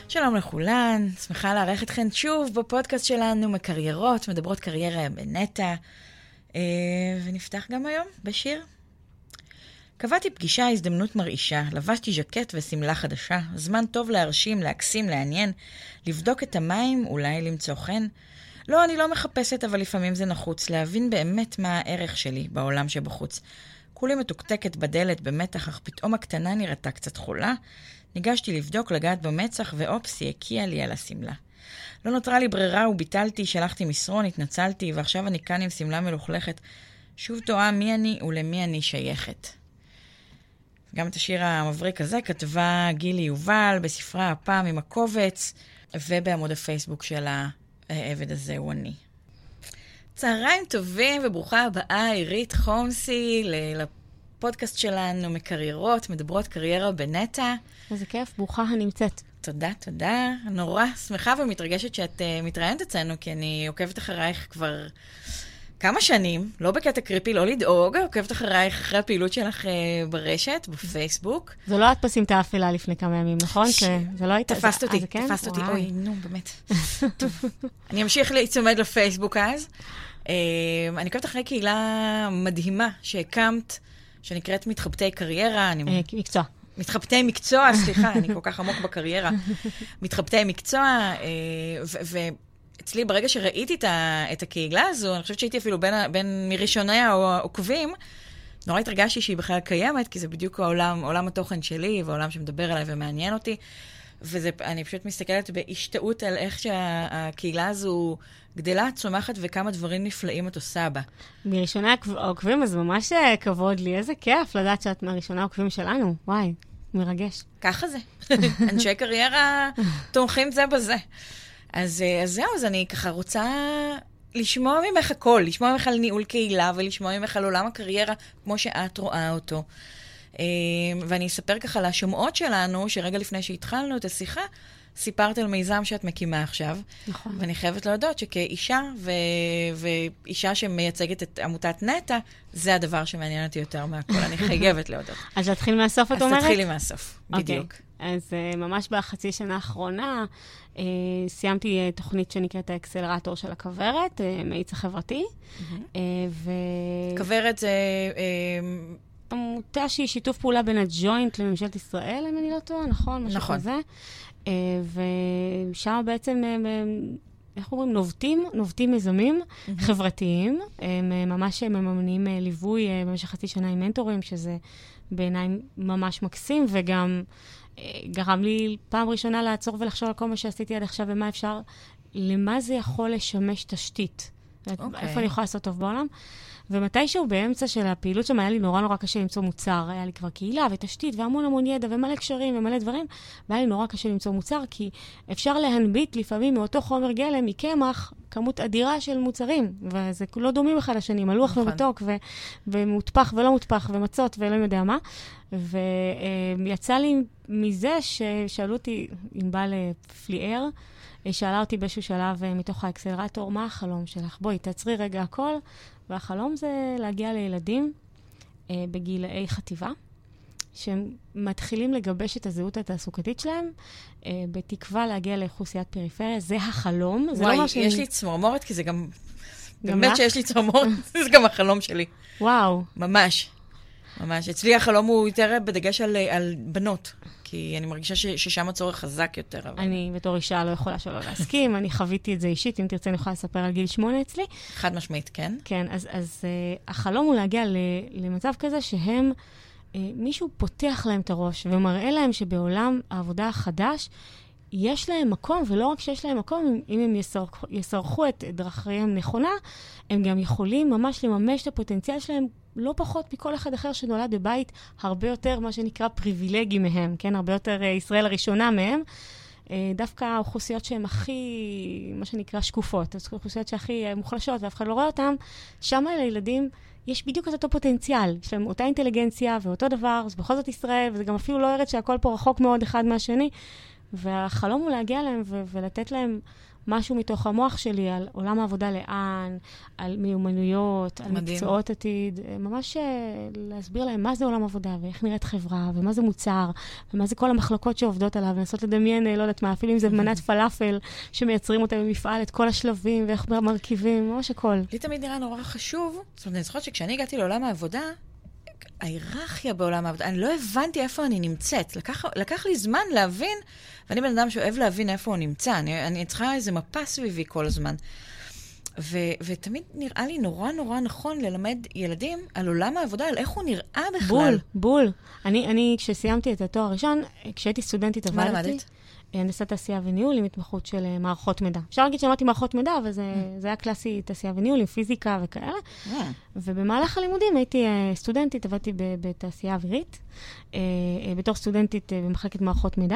שלום לכולן, שמחה לארח אתכן שוב בפודקאסט שלנו מקריירות, מדברות קריירה בנטה, ונפתח גם היום בשיר. קבעתי פגישה, הזדמנות מרעישה, לבשתי ז'קט וסמלה חדשה, זמן טוב להרשים, להקסים, לעניין, לבדוק את המים, אולי למצוא חן. לא, אני לא מחפשת, אבל לפעמים זה נחוץ, להבין באמת מה הערך שלי בעולם שבחוץ. כולי מתוקתקת בדלת במתח, אך פתאום הקטנה נראתה קצת חולה. ניגשתי לבדוק, לגעת במצח, ואופס, היא הקיעה לי על הסמלה. לא נותרה לי ברירה וביטלתי, שלחתי מסרון, התנצלתי, ועכשיו אני כאן עם סמלה מלוכלכת. שוב תוהה מי אני ולמי אני שייכת. גם את השיר המבריק הזה כתבה גילי יובל בספרה הפעם עם הקובץ, ובעמוד הפייסבוק של העבד הזה הוא אני. צהריים טובים וברוכה הבאה, עירית חומסי, לפודקאסט שלנו מקריירות, מדברות קריירה בנטה. איזה כיף, ברוכה הנמצאת. תודה, תודה. נורא שמחה ומתרגשת שאת מתראיינת אצלנו, כי אני עוקבת אחרייך כבר כמה שנים, לא בקטע קריפי, לא לדאוג, עוקבת אחרייך אחרי הפעילות שלך ברשת, בפייסבוק. זו לא את פסים את האפלה לפני כמה ימים, נכון? זה לא הייתה... תפסת אותי, אוי, נו, באמת. טוב. אני אמשיך להצמד לפייסבוק אז. אני עוקבת אחרי קהילה מדהימה שהקמת, שנקראת מתחבטי קריירה. מקצוע. מתחבטי מקצוע, סליחה, אני כל כך עמוק בקריירה. מתחבטי מקצוע, אצלי, ברגע שראיתי את הקהילה הזו, אני חושבת שהייתי אפילו בין מראשוני העוקבים, נורא התרגשתי שהיא בכלל קיימת, כי זה בדיוק עולם התוכן שלי, והעולם שמדבר עליי ומעניין אותי, ואני פשוט מסתכלת בהשתאות על איך שהקהילה הזו גדלה, צומחת, וכמה דברים נפלאים את עושה בה. מראשוני העוקבים, אז ממש כבוד לי, איזה כיף לדעת שאת מהראשוני העוקבים שלנו, וואי, מרגש. ככה זה. אנשי קריירה תומכים זה בזה. אז זהו, אז אני ככה רוצה לשמוע ממך הכל, לשמוע ממך על ניהול קהילה, ולשמוע ממך על עולם הקריירה, כמו שאת רואה אותו. ואני אספר ככה לשומעות שלנו, שרגע לפני שהתחלנו את השיחה, סיפרת על מיזם שאת מקימה עכשיו. נכון. ואני חייבת להודות שכאישה, ואישה שמייצגת את עמותת נטה, זה הדבר שמעניין אותי יותר מהכל, אני חייבת להודות. אז להתחיל מהסוף, את אומרת? אז תתחילי מהסוף, בדיוק. אז ממש בחצי שנה האחרונה, סיימתי תוכנית שנקראת האקסלרטור של הכוורת, מאיץ החברתי. כוורת זה... עמותה שהיא שיתוף פעולה בין הג'וינט לממשלת ישראל, אם אני לא טועה, נכון? משהו כזה. ושם בעצם, איך אומרים, נובטים מיזמים חברתיים. הם ממש מממנים ליווי במשך חצי שנה עם מנטורים, שזה בעיניי ממש מקסים, וגם גרם לי פעם ראשונה לעצור ולחשוב על כל מה שעשיתי עד עכשיו, ומה אפשר, למה זה יכול לשמש תשתית. איפה אני יכולה לעשות טוב בעולם? ומתישהו באמצע של הפעילות שם היה לי נורא קשה למצוא מוצר. היה לי כבר קהילה ותשתית והמון ידע ומלא קשרים ומלא דברים. והיה לי נורא קשה למצוא מוצר, כי אפשר להנביט לפעמים מאותו חומר גלם, מקמח, כמות אדירה של מוצרים. וזה לא דומים אחד לשני, מלוח ומתוק ומוטפח ולא מוטפח ומצות ולא יודע מה. ויצא לי מזה ששאלו אותי, אם בא לפליאר, שאלה אותי באיזשהו שלב מתוך האקסלרטור, מה החלום שלך? בואי, תעצרי רגע הכל. והחלום זה להגיע לילדים בגילאי חטיבה, שהם מתחילים לגבש את הזהות התעסוקתית שלהם, בתקווה להגיע לאוכלוסיית פריפריה. זה החלום. וואי, לא יש לי צמרמורת, כי זה גם... באמת שיש לי צמרמורת, זה גם החלום שלי. וואו. ממש. ממש. אצלי החלום הוא יותר בדגש על בנות, כי אני מרגישה ששם הצורך חזק יותר. אני בתור אישה לא יכולה שלא להסכים, אני חוויתי את זה אישית, אם תרצה אני יכולה לספר על גיל 8 אצלי. חד משמעית, כן. כן, אז החלום הוא להגיע למצב כזה שהם, מישהו פותח להם את הראש ומראה להם שבעולם העבודה החדש, יש להם מקום, ולא רק שיש להם מקום, אם הם יסרחו את דרכיהם נכונה, הם גם יכולים ממש לממש את הפוטנציאל שלהם, לא פחות מכל אחד אחר שנולד בבית, הרבה יותר מה שנקרא פריבילגי מהם, כן? הרבה יותר ישראל הראשונה מהם. דווקא האוכלוסיות שהן הכי, מה שנקרא, שקופות, האוכלוסיות שהכי מוחלשות, ואף אחד לא רואה אותן, שם לילדים יש בדיוק את אותו פוטנציאל, יש להם אותה אינטליגנציה ואותו דבר, זה בכל זאת ישראל, וזה גם אפילו לא ארץ שהכל פה רחוק מאוד אחד מהשני, והחלום הוא להגיע להם ולתת להם משהו מתוך המוח שלי על עולם העבודה לאן, על מיומנויות, על מקצועות עתיד, ממש להסביר להם מה זה עולם עבודה, ואיך נראית חברה, ומה זה מוצר, ומה זה כל המחלקות שעובדות עליו, ולנסות לדמיין, לא יודעת מה, אפילו אם זה מנת פלאפל, שמייצרים אותה במפעל, את כל השלבים, ואיך מרכיבים, ממש הכל. לי תמיד נראה נורא חשוב, זאת אומרת, אני זוכרת שכשאני הגעתי לעולם העבודה, ההיררכיה בעולם העבודה, אני לא הבנתי איפה אני נמצאת. לקח לי זמן להבין, ואני בן אדם שאוהב להבין איפה הוא נמצא. אני צריכה איזה מפה סביבי כל הזמן. ותמיד נראה לי נורא נורא נכון ללמד ילדים על עולם העבודה, על איך הוא נראה בכלל. בול. אני כשסיימתי את התואר הראשון, כשהייתי סטודנטית עבדתי. מה למדת? הנדסת תעשייה וניהול עם התמחות של מערכות מידע. אפשר להגיד שמעתי מערכות מידע, אבל זה היה קלאסי תעשייה וניהול עם פיזיקה וכאלה. ובמהלך הלימודים הייתי סטודנטית, עבדתי בתעשייה אווירית, בתור סטודנטית במחלקת מערכות מידע,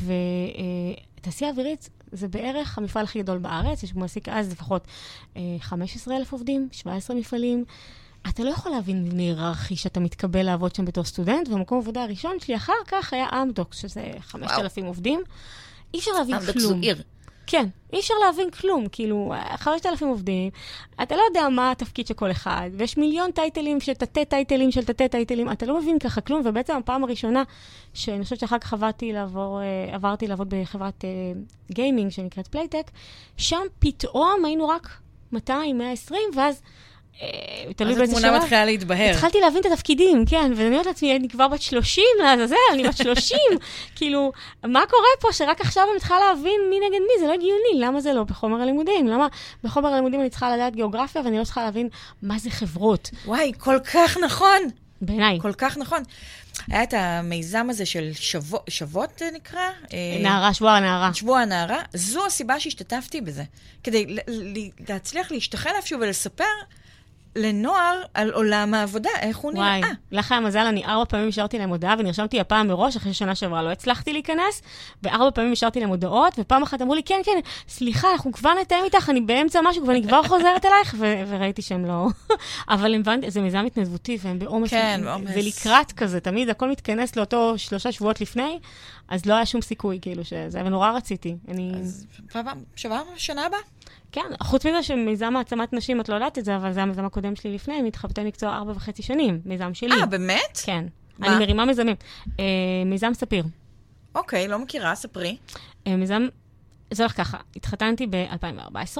ותעשייה אווירית זה בערך המפעל הכי גדול בארץ, יש מעסיק אז לפחות 15,000 עובדים, 17 מפעלים. אתה לא יכול להבין היררכי שאתה מתקבל לעבוד שם בתור סטודנט, והמקום העבודה הראשון שלי אחר כך היה אמדוקס, שזה 5,000 עובדים. אי אפשר להבין כלום. אמדוקס זו עיר. כן, אי אפשר להבין כלום. כאילו, 5,000 עובדים, אתה לא יודע מה התפקיד של כל אחד, ויש מיליון טייטלים של תתי טייטלים של תתי טייטלים, אתה לא מבין ככה כלום, ובעצם הפעם הראשונה, שאני חושבת שאחר כך עברתי לעבוד בחברת גיימינג, שנקראת פלייטק, שם פתאום היינו רק 200, 120, ואז אז התמונה מתחילה להתבהר. התחלתי להבין את התפקידים, כן, ואני אומרת לעצמי, אני כבר בת 30, לעזאזל, אני בת 30. כאילו, מה קורה פה שרק עכשיו אני צריכה להבין מי נגד מי? זה לא הגיוני. למה זה לא בחומר הלימודים? למה בחומר הלימודים אני צריכה לדעת גיאוגרפיה, ואני לא צריכה להבין מה זה חברות? וואי, כל כך נכון. בעיניי. כל כך נכון. היה את המיזם הזה של שוות נקרא? נערה, שבוע הנערה. שבוע הנערה. זו הסיבה שהשתתפתי בזה. כדי להצליח להשתחל איפשהו ולספר לנוער על עולם העבודה, איך הוא נראה. וואי, לך היה מזל, אני 4 פעמים השארתי להם הודעה, ונרשמתי הפעם מראש, אחרי שנה שעברה לא הצלחתי להיכנס, ו4 פעמים השארתי להם הודעות, ופעם אחת אמרו לי, כן, סליחה, אנחנו כבר נתאם איתך, אני באמצע משהו, ואני כבר חוזרת אלייך, וראיתי שהם לא. אבל הם הבנתי, זה מיזם התנדבותי, והם בעומס. כן, בעומס. ולקראת כזה, תמיד הכל מתכנס לאותו 3 שבועות לפני, אז לא היה שום סיכוי, כאילו, שזה, ונורא רציתי. אז שנה הבאה? כן, חוץ מזה שמיזם העצמת נשים, את לא יודעת את זה, אבל זה המיזם הקודם שלי לפני, מתחבטי מקצוע 4.5 שנים, מיזם שלי. באמת? כן. מה? אני מרימה מיזמים. מיזם ספיר. אוקיי, לא מכירה, ספרי. מיזם, זה הולך ככה, התחתנתי ב-2014,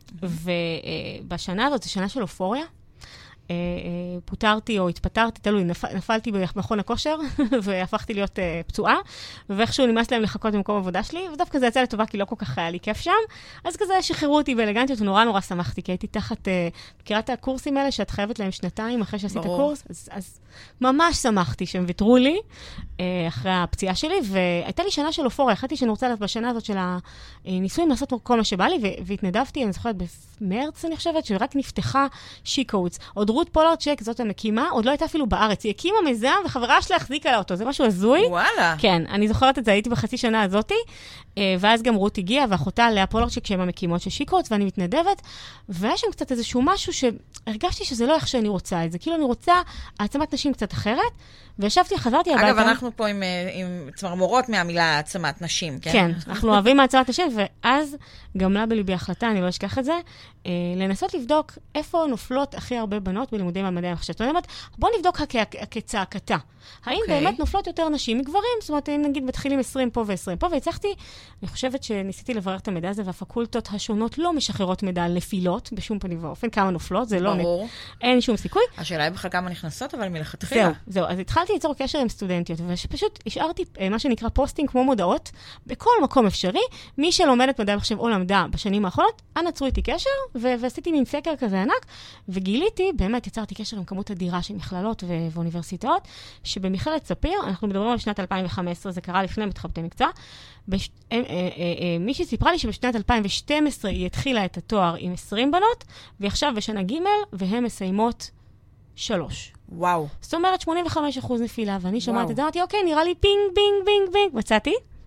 ובשנה הזאת, זו שנה של אופוריה, פוטרתי או התפטרתי, תלוי, נפלתי במכון הכושר, והפכתי להיות פצועה, ואיכשהו נמאס להם לחכות במקום עבודה שלי, ודווקא זה יצא לטובה, כי לא כל כך היה לי כיף שם, אז כזה שחררו אותי באלגנטיות, ונורא נורא שמחתי, כי הייתי תחת, מכירה את הקורסים האלה, שאת חייבת להם 2 אחרי שעשית הקורס, אז ממש שמחתי שהם ויתרו לי, אחרי הפציעה שלי, והייתה לי שנה של אופוריה, החלטתי שאני רוצה בשנה הזאת של הניסויים לעשות כל מה שבא לי, והתנדבתי, אני זוכרת, במרץ, אני חושבת, שרק נפתחה שיקוץ. עוד רות פולרצ'ק, זאת המקימה, עוד לא הייתה אפילו בארץ. היא הקימה מיזם, וחברה שלה החזיקה לה אותו. זה משהו הזוי. וואלה. כן, אני זוכרת את זה, הייתי בחצי שנה הזאתי, ואז גם רות הגיעה, ואחותה לאה פולרצ'ק, שהם המקימות של שיקוץ, ואני מתנדבת, והיה שם קצת איזשהו משהו שהרגשתי שזה לא איך שאני רוצה את זה. כאילו אני רוצה העצמת נשים קצת אחרת, וישבתי, חזרתי הביתה. אגב, אנחנו פה עם צמרמורות מהמילה העצמת נשים, כן? כן, אנחנו אוהבים העצמת נשים, ואז גמלה בליבי החלטה, אני לא אשכח את זה, לנסות לבדוק איפה נופלות הכי הרבה בנות בלימודים במדעי המחשב. זאת אומרת, בוא נבדוק כצעקתה. האם באמת נופלות יותר נשים מגברים? זאת אומרת, אם נגיד מתחילים 20 פה ו-20 פה, והצלחתי, אני חושבת שניסיתי לברר את המידע הזה, והפקולטות השונות לא משחררות מידע על נפילות, בשום פנים ואופן, כמה נופלות, זה לא... ברור. אין שום סיכוי. השאלה היא בכלל כמה נכנסות, אבל מלכתחילה. זהו. אז התחלתי ליצור קשר עם סטודנטיות, ושפשוט השארתי מה שנקרא פוסטינג כמו מודעות, בכל מקום אפשרי. מי שלומדת מדעי המחשב או למדה בשנים האחרונות, אנא צרו איתי קשר, ועשיתי מין סקר כזה ענק, וגיליתי, באמת יצרתי קשר עם כמות אדירה של מכללות ואוניברסיטאות, שבמכללת ספיר, אנחנו מדברים על שנת 2015, זה קרה לפני מתחבטי מקצוע, מישהי סיפרה לי שבשנת 2012 היא התחילה את התואר עם 20 בנות, ועכשיו בשנה ג' והן מסיימות 3. וואו. זאת אומרת 85% נפילה, ואני שומעת את זה, אמרתי, אוקיי, נראה לי פינג, בינג, בינג, בינג, מצאתי,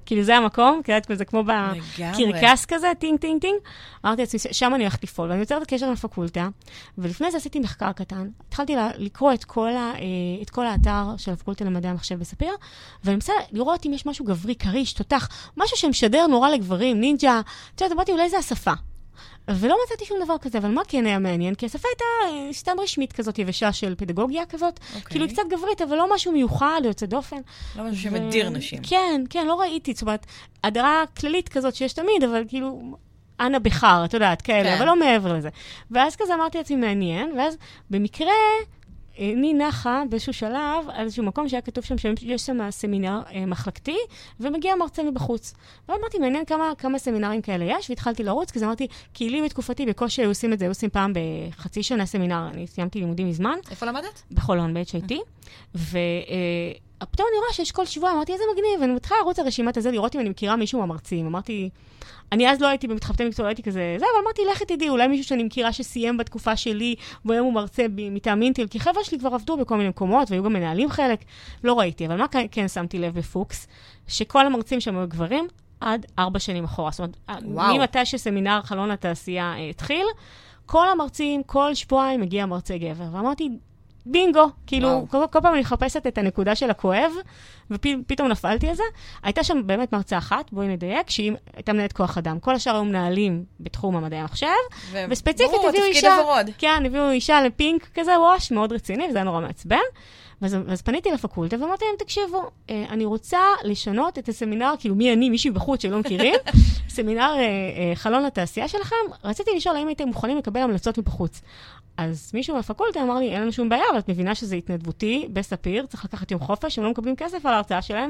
כאילו זה המקום, זה כמו בקרקס כזה, טינג, טינג, טינג. אמרתי לעצמי, שם אני הולכת לפעול, ואני יוצרת קשר עם הפקולטה, ולפני זה עשיתי מחקר קטן. התחלתי לקרוא את כל האתר של הפקולטה למדעי המחשב בספיר, ואני מנסה לראות אם יש משהו גברי, קריש, תותח, משהו שמשדר נורא לגברים, נינג'ה. אמרתי, אולי זה השפה. ולא מצאתי שום דבר כזה, אבל מה כן היה מעניין? כי השפה הייתה סתם רשמית כזאת יבשה של פדגוגיה כזאת, כאילו היא קצת גברית, אבל לא משהו מיוחד, יוצא דופן. לא משהו שמדיר נשים. כן, כן, לא ראיתי, זאת אומרת, הדרה כללית כזאת שיש תמיד, אבל כאילו, אנה בחר, את יודעת, כאלה, אבל לא מעבר לזה. ואז כזה אמרתי לעצמי מעניין, ואז במקרה, אני נחה באיזשהו שלב על איזשהו מקום שהיה כתוב שם שיש שם סמינר מחלקתי, ומגיע מרצה מבחוץ. ואמרתי, מעניין כמה סמינרים כאלה יש, והתחלתי לרוץ, כי אמרתי, כי לי בתקופתי בקושי היו עושים את זה, היו עושים פעם בחצי שנה סמינר, אני סיימתי לימודים מזמן. איפה למדת? בחולון, ב-HIT. ופתאום אני רואה שיש כל שבוע, אמרתי, איזה מגניב, ואני מתחילה לרוץ הרשימת הזה, לראות אם אני מכירה מישהו מהמרצים. אמרתי, אני אז לא הייתי במתחבטי מקצוע, לא הייתי כזה, אבל אמרתי, לכי תדעי, אולי מישהו שאני מכירה שסיים בתקופה שלי, והיום הוא מרצה מטעם אינטל, כי חבר'ה שלי כבר עבדו בכל מיני מקומות, והיו גם מנהלים חלק, לא ראיתי, אבל מה כן שמתי לב בפוקס? שכל המרצים שם היו גברים, עד 4 שנים אחורה. זאת אומרת, ממתי שסמינר חלון התעשייה התחיל, כל המרצים, כל שבועיים מגיע מרצה גבר. ואמרתי, בינגו, כאילו, כל פעם אני מחפשת את הנקודה של הכואב, ופתאום נפעלתי על זה. הייתה שם באמת מרצה אחת, בואי נדייק, שהיא הייתה מנהלת כוח אדם. כל השאר היו מנהלים בתחום המדעי המחשב, וספציפית הביאו אישה, כן, הביאו אישה לפינק כזה, ווש, מאוד רציני, וזה היה נורא מעצבן. אז פניתי לפקולטה, ואמרתי להם, תקשיבו, אני רוצה לשנות את הסמינר, כאילו מי אני, מישהי בחוץ שלא מכירים, סמינר חלון לתעשייה שלכם, רציתי לשאול האם הייתם מוכנים לקבל המלצות מבחוץ. אז מישהו מהפקולטה אמר לי, אין לנו שום בעיה, אבל את מבינה שזה התנדבותי בספיר, צריך לקחת יום חופש, הם לא מקבלים כסף על ההרצאה שלהם,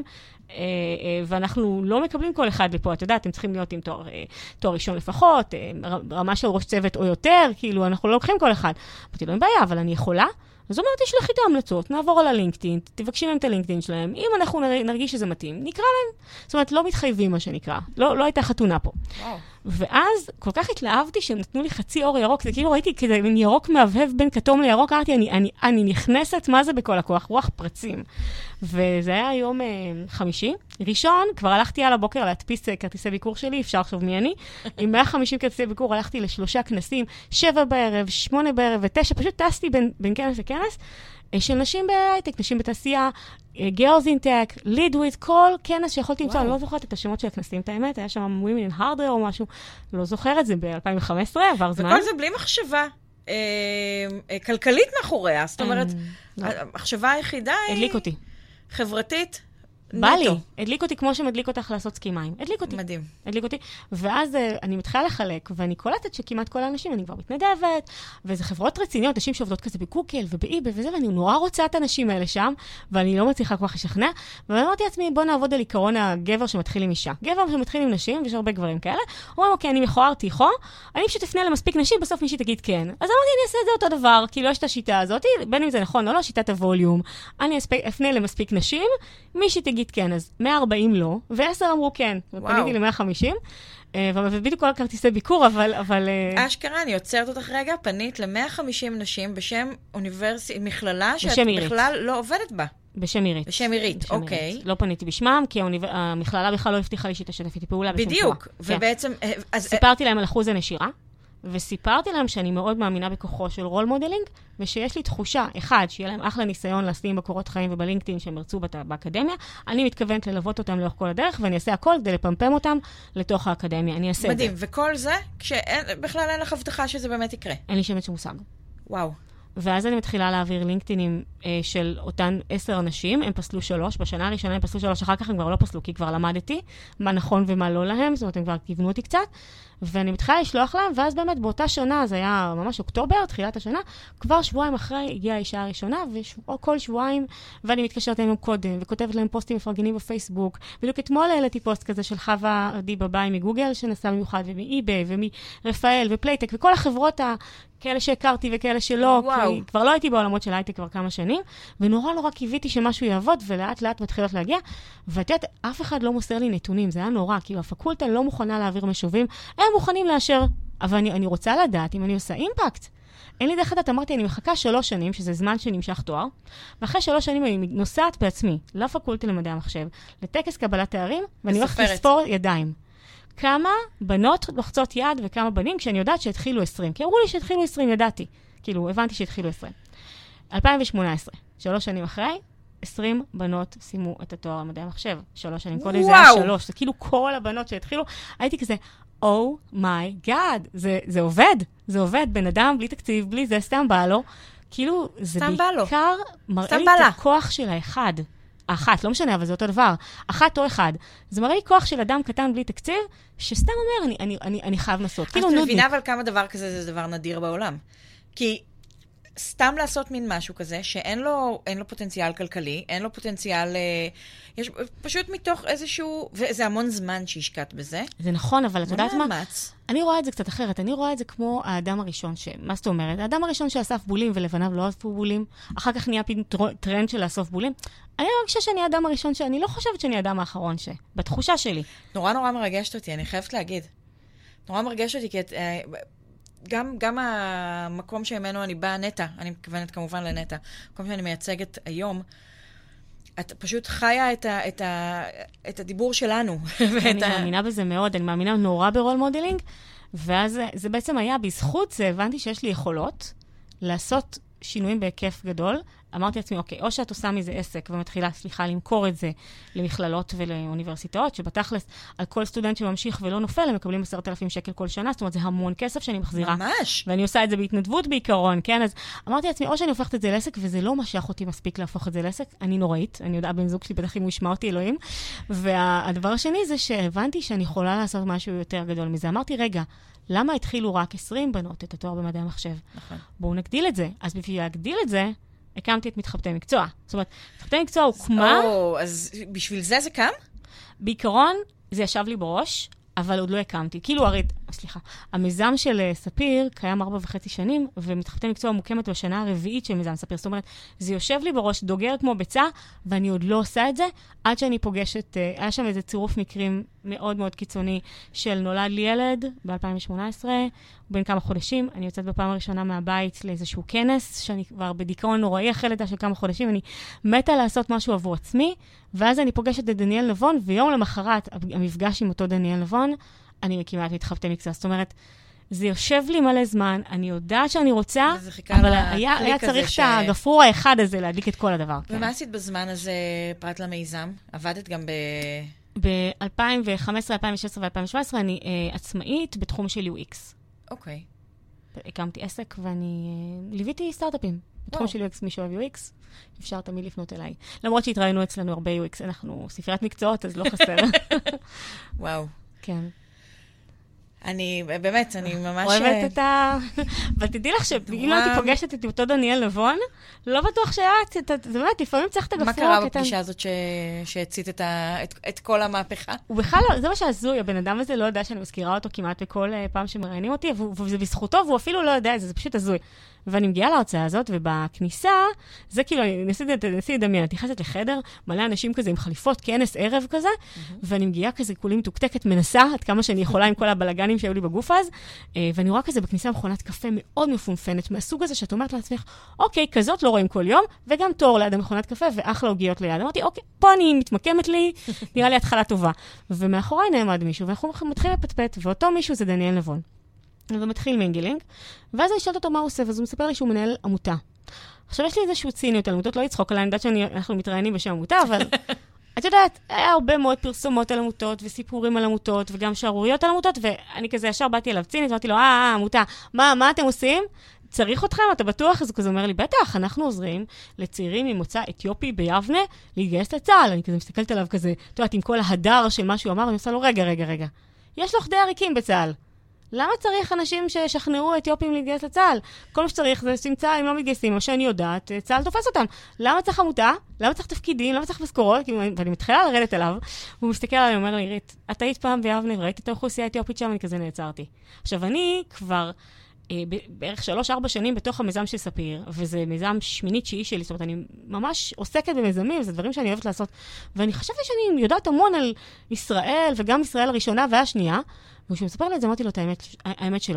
ואנחנו לא מקבלים כל אחד לפה, את יודעת, אתם צריכים להיות עם תואר ראשון לפחות, רמה של ראש צוות או יותר, כאילו, אנחנו לא לוקחים כל אחד. אמרתי, לא אין בעיה, אבל אני יכולה. אז אומרת, תשלחי את ההמלצות, נעבור על הלינקדאין, תבקשי להם את הלינקדאין שלהם, אם אנחנו נרגיש שזה מתאים, נקרא להם. זאת אומרת, לא מתחייבים מה שנקרא, לא הייתה חתונה פה. וואו. ואז כל כך התלהבתי שהם נתנו לי חצי אור ירוק, זה כאילו ראיתי כזה מין ירוק מהבהב בין כתום לירוק, אמרתי, אני נכנסת, מה זה בכל הכוח? רוח פרצים. וזה היה יום חמישי. ראשון, כבר הלכתי על הבוקר להדפיס כרטיסי ביקור שלי, אפשר עכשיו מי אני. עם 150 כרטיסי ביקור הלכתי ל3 כנסים, 7 בערב, 8 בערב ו9, פשוט טסתי בין כנס לכנס, של נשים בהייטק, נשים בתעשייה, Girls in Tech, Lead with, כל כנס שיכולתי למצוא, אני לא זוכרת את השמות של הכנסים, את האמת, היה שם Women in Hardware או משהו, לא זוכרת, זה ב-2015, עבר זמן. וכל זה בלי מחשבה כלכלית מאחוריה, זאת אומרת, המחשבה היחידה היא... הדליק אותי. חברתית, בא לי, הדליק אותי כמו שמדליק אותך לעשות סקי מים. הדליק אותי. מדהים. הדליק אותי. ואז אני מתחילה לחלק, ואני קולטת שכמעט כל האנשים, אני כבר מתנדבת, וזה חברות רציניות, נשים שעובדות כזה בגוגל ובאיבי וזה, ואני נורא רוצה את הנשים האלה שם, ואני לא מצליחה כל כך לשכנע, ואמרתי לעצמי, בוא נעבוד על עיקרון הגבר שמתחיל עם אישה. גבר שמתחיל עם נשים, ויש הרבה גברים כאלה, אומרים, אוקיי, אני מכוער תיכו, אני פשוט אפנה למספיק נשים, בסוף מישהי תגיד כן. אז אמרתי, אני אעשה את זה אותו דבר, כי לא יש את השיטה הזאת, בין אם זה נכון או לא, שיטת הווליום. אני אפנה למספיק נשים, מישהי תגיד כן, אז 140 לא, ו10 אמרו כן. פניתי ל-150, ובדיוק כל הכרטיסי ביקור, אבל... אשכרה, אני יוצרת אותך רגע, פנית ל-150 נשים בשם מכללה שאת בכלל לא עובדת בה. בשם עירית. בשם עירית, אוקיי. לא פניתי בשמם, כי המכללה בכלל לא הבטיחה לי שתשתף איתי פעולה בשום צורה. בדיוק, ובעצם... סיפרתי להם על אחוז הנשירה, וסיפרתי להם שאני מאוד מאמינה בכוחו של רול מודלינג, ושיש לי תחושה, אחד, שיהיה להם אחלה ניסיון לשים בקורות חיים ובלינקדאין שהם ירצו באקדמיה, אני מתכוונת ללוות אותם לאורך כל הדרך, ואני אעשה הכל כדי לפמפם אותם לתוך האקדמיה. אני אעשה את זה. מדהים, וכל זה, בכלל אין לך הבטחה שזה באמת יקרה. אין לי שמץ מושג. וואו. ואז אני מתחילה להעביר לינקדאינים של אותן 10 אנשים, הם פסלו 3, בשנה הראשונה הם פסלו 3, אחר כך הם כבר לא פסלו, כי כבר למדתי מה נכון ומה לא להם, זאת אומרת, הם כבר כיוונו אותי קצת, ואני מתחילה לשלוח להם, ואז באמת באותה שנה, זה היה ממש אוקטובר, תחילת השנה, כבר שבועיים אחרי הגיעה האישה הראשונה, וכל שבועיים, ואני מתקשרת להם קודם, וכותבת להם פוסטים מפרגנים בפייסבוק, בדיוק אתמול העליתי פוסט כזה של חווה עדי בבאי מגוגל, שנסע במיוחד, ומאיבי, ומרפאל, ופלייטק, וכל החברות כאלה שהכרתי וכאלה שלא, כי כבר לא הייתי בעולמות של הייטק כבר כמה שנים, ונורא קיוויתי שמשהו יעבוד, ולאט לאט מתחילות להגיע, ואת יודעת, אף אחד לא מוסר לי נתונים, זה היה נורא, כאילו הפקולטה לא מוכנה להעביר משובים, הם מוכנים לאשר, אבל אני רוצה לדעת אם אני עושה אימפקט. אין לי דרך לדעת, אמרתי, אני מחכה 3 שנים, שזה זמן שנמשך תואר, ואחרי 3 שנים אני נוסעת בעצמי, לפקולטה למדעי המחשב, לטקס קבלת תארים, ואני הולכת לספור ידיים. כמה בנות לוחצות יד וכמה בנים, כשאני יודעת שהתחילו 20. כי אמרו לי שהתחילו 20, ידעתי. כאילו, הבנתי שהתחילו 20. 2018, 3 שנים אחרי, 20 בנות סיימו את התואר למדעי המחשב. 3 שנים קודם, זה היה 3. זה כאילו כל הבנות שהתחילו, הייתי כזה, Oh my God, זה עובד. זה עובד, בן אדם בלי תקציב, בלי זה, סתם בא לו. כאילו, זה בעיקר מראה לי את הכוח של האחד. האחת, לא משנה, אבל זה אותו דבר. אחת או אחד. זה מראה לי כוח של אדם קטן בלי תקציב, שסתם אומר, אני חייב לעשות. את מבינה אבל כמה דבר כזה זה דבר נדיר בעולם. כי סתם לעשות מין משהו כזה, שאין לו פוטנציאל כלכלי, אין לו פוטנציאל, יש פשוט מתוך איזשהו, וזה המון זמן שהשקעת בזה. זה נכון, אבל את יודעת מה? אני רואה את זה קצת אחרת. אני רואה את זה כמו האדם הראשון מה זאת אומרת? האדם הראשון שאסף בולים ולבניו לא אספו בולים, אחר כך נהיה טרנד של לאסוף בולים. אני מרגישה שאני האדם הראשון אני לא חושבת שאני האדם האחרון בתחושה שלי. נורא מרגשת אותי, אני חייבת להגיד. נורא מרגשת אותי, כי גם המקום שממנו אני באה, נטה, אני מכוונת כמובן לנטה, המקום שאני מייצגת היום, את פשוט חיה את הדיבור שלנו. אני מאמינה בזה מאוד, אני מאמינה נורא ברול מודלינג, ואז זה בעצם היה, בזכות זה הבנתי שיש לי יכולות לעשות שינויים בהיקף גדול. אמרתי לעצמי, אוקיי, או שאת עושה מזה עסק ומתחילה, למכור את זה למכללות ולאוניברסיטאות, שבתכלס על כל סטודנט שממשיך ולא נופל, הם מקבלים 10,000 שקל כל שנה, זאת אומרת, זה המון כסף שאני מחזירה. ממש. ואני עושה את זה בהתנדבות בעיקרון, כן? אז אמרתי לעצמי, או שאני הופכת את זה לעסק, וזה לא משך אותי מספיק להפוך את זה לעסק, אני נוראית, אני יודעה בן זוג שלי, בטח אם הוא ישמע אותי, אלוהים. והדבר השני זה שהבנתי שאני יכולה לעשות משהו יותר גדול מזה. אמרתי, רגע, למה התחילו רק 20 בנות את התואר במדעי המחשב? נכון. בואו נגדיל את זה. אז בשביל להגדיל את זה, הקמתי את מתחבטי מקצוע. זאת אומרת, מתחבטי מקצוע הוקמה. אז בשביל זה קם? בעיקרון, זה ישב לי בראש, אבל עוד לא הקמתי. כאילו, המיזם של ספיר קיים 4.5 שנים, ומתחבטי מקצוע מוקמת בשנה הרביעית של מיזם ספיר. זאת אומרת, זה יושב לי בראש, דוגר כמו ביצה, ואני עוד לא עושה את זה, עד שאני פוגשת, היה שם איזה צירוף מקרים מאוד מאוד קיצוני, של נולד לי ילד ב-2018, בין כמה חודשים, אני יוצאת בפעם הראשונה מהבית לאיזשהו כנס, שאני כבר בדיכאון נוראי אחרי לידה של כמה חודשים, אני מתה לעשות משהו עבור עצמי, ואז אני פוגשת את דניאל נבון, ויום למחרת, המפגש עם אותו דניאל נבון, אני מקימה את מתחבטי מקצוע. זאת אומרת, זה יושב לי מלא זמן, אני יודעת שאני רוצה, אבל היה צריך את הגפרור האחד הזה להדליק את כל הדבר. ומה עשית בזמן הזה פרט למיזם? עבדת גם ב-2015, 2016 ו-2017 אני עצמאית בתחום של UX. אוקיי. הקמתי עסק ואני ליוויתי סטארט-אפים. בתחום של UX, מי שאוהב UX, אפשר תמיד לפנות אליי. למרות שהתראינו אצלנו הרבה UX, אנחנו ספריית מקצועות, אז לא חסר. וואו. כן. אני ממש... אוהבת את אבל תדעי לך שאם לא הייתי פוגשת את אותו דניאל נבון, לא בטוח שאת, זה באמת, לפעמים צריך את הגפרור. מה קרה בפגישה הזאת שהצית את כל המהפכה? הוא בכלל לא, זה מה שהזוי, הבן אדם הזה לא יודע שאני מזכירה אותו כמעט בכל פעם שמראיינים אותי, וזה בזכותו, והוא אפילו לא יודע את זה, זה פשוט הזוי. ואני מגיעה להרצאה הזאת, ובכניסה, זה כאילו, אני ניסיתי לדמיין, אני נכנסת לחדר, מלא אנשים כזה עם חליפות, כנס ערב כזה, ואני מגיעה כזה כולי מתוקתקת, מנסה עד כמה שאני יכולה עם כל הבלגנים שהיו לי בגוף אז, ואני רואה כזה בכניסה מכונת קפה מאוד מפונפנת, מהסוג הזה שאת אומרת לעצמך, אוקיי, כזאת לא רואים כל יום, וגם תור ליד המכונת קפה, ואחלה עוגיות ליד. אמרתי, אוקיי, פה אני מתמקמת לי, נראה לי התחלה טובה. ומאחוריי נעמד מישהו, ואנחנו מתחילים לפטפט, ואותו מישהו זה דניאל נבון. ומתחיל מינגלינג, ואז אני שואלת אותו מה הוא עושה, ואז הוא מספר לי שהוא מנהל עמותה. עכשיו יש לי איזשהו ציניות על עמותות, לא יצחוק עליי, אני יודעת שאנחנו מתראיינים בשם עמותה, אבל את יודעת, היה הרבה מאוד פרסומות על עמותות, וסיפורים על עמותות, וגם שערוריות על עמותות, ואני כזה ישר באתי אליו צינית, ואמרתי לו, עמותה, מה אתם עושים? צריך אתכם, אתה בטוח? אז הוא כזה אומר לי, בטח, אנחנו עוזרים לצעירים ממוצא אתיופי ביבנה להתגייס לצה"ל. אני כזה מסתכלת עליו כזה, את יודעת, עם כל ההדר של מה שהוא אמר, אני עושה לו, רגע. יש לך די עריקים בצה"ל. למה צריך אנשים ששכנעו אתיופים להתגייס לצה"ל? כל מה שצריך זה שעם צה"ל, אם לא מתגייסים, מה שאני יודעת, צה"ל תופס אותם. למה צריך עמותה? למה צריך תפקידים? למה צריך משכורות? ואני מתחילה לרדת אליו, והוא מסתכל עליי, אומר לי, עירית, את היית פעם ביבנה, ראיתי את האוכלוסייה האתיופית שם, אני כזה נעצרתי. עכשיו, אני כבר בערך 3-4 שנים בתוך המיזם של ספיר, וזה מיזם שמינית-תשיעי שלי, זאת אומרת, אני ממש עוסקת במיזמים, זה דברים שאני אוהבת לעשות, ואני חשבתי שאני יודעת המון על ישראל, וגם ישראל הראשונה והשנייה, וכשהוא מספר לי את זה, אמרתי לו את האמת שלו.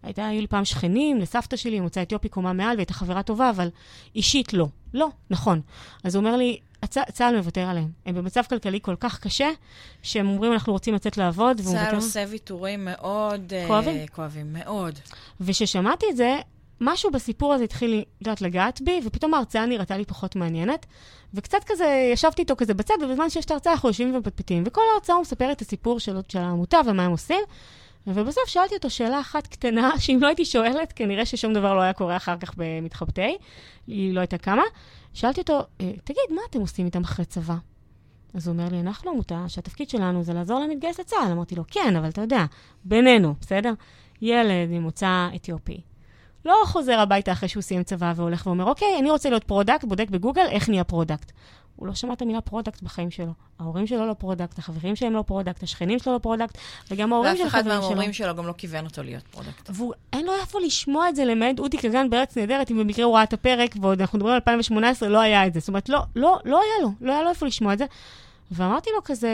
היו לי פעם שכנים, לסבתא שלי, מוצא אתיופי קומה מעל, והייתה חברה טובה, אבל אישית לא. לא, נכון. אז הוא אומר לי, צה"ל מוותר עליהם. הם במצב כלכלי כל כך קשה, שהם אומרים, אנחנו רוצים לצאת לעבוד. צה"ל עושה ויתורים מאוד כואבים, מאוד. וששמעתי את זה, משהו בסיפור הזה התחיל לגעת בי, ופתאום ההרצאה נראתה לי פחות מעניינת, וקצת כזה, ישבתי איתו כזה בצד, ובזמן שיש את ההרצאה אנחנו יושבים ופטפטים, וכל ההרצאה הוא מספר את הסיפור של העמותה ומה הם עושים, ובסוף שאלתי אותו שאלה אחת קטנה, שאם לא הייתי שואלת, כנראה ששום דבר לא היה קורה אחר כך במתחבטי, היא לא הייתה כמה. שאלתי אותו, תגיד, מה אתם עושים איתם אחרי צבא? אז הוא אומר לי, אנחנו עמותה שהתפקיד שלנו זה לעזור להם להתגייס לצה"ל. אמרתי לו, כן, אבל אתה יודע, בינינו, בסדר? ילד ממוצא אתיופי. לא חוזר הביתה אחרי שהוא סיים צבא והולך ואומר, אוקיי, אני רוצה להיות פרודקט, בודק בגוגל, איך נהיה פרודקט. הוא לא שמע את המילה פרודקט בחיים שלו. ההורים שלו לא פרודקט, החברים שלהם לא פרודקט, השכנים שלו לא פרודקט, וגם ההורים של החברים שלו. ואף אחד מההורים שלו גם לא כיוון אותו להיות פרודקט. ואין לו איפה לשמוע את זה למעט אודי כגן בארץ נהדרת, אם במקרה הוא ראה את הפרק, ועוד אנחנו מדברים על 2018, לא היה את זה. זאת אומרת, לא היה לו איפה לשמוע את זה. ואמרתי לו כזה,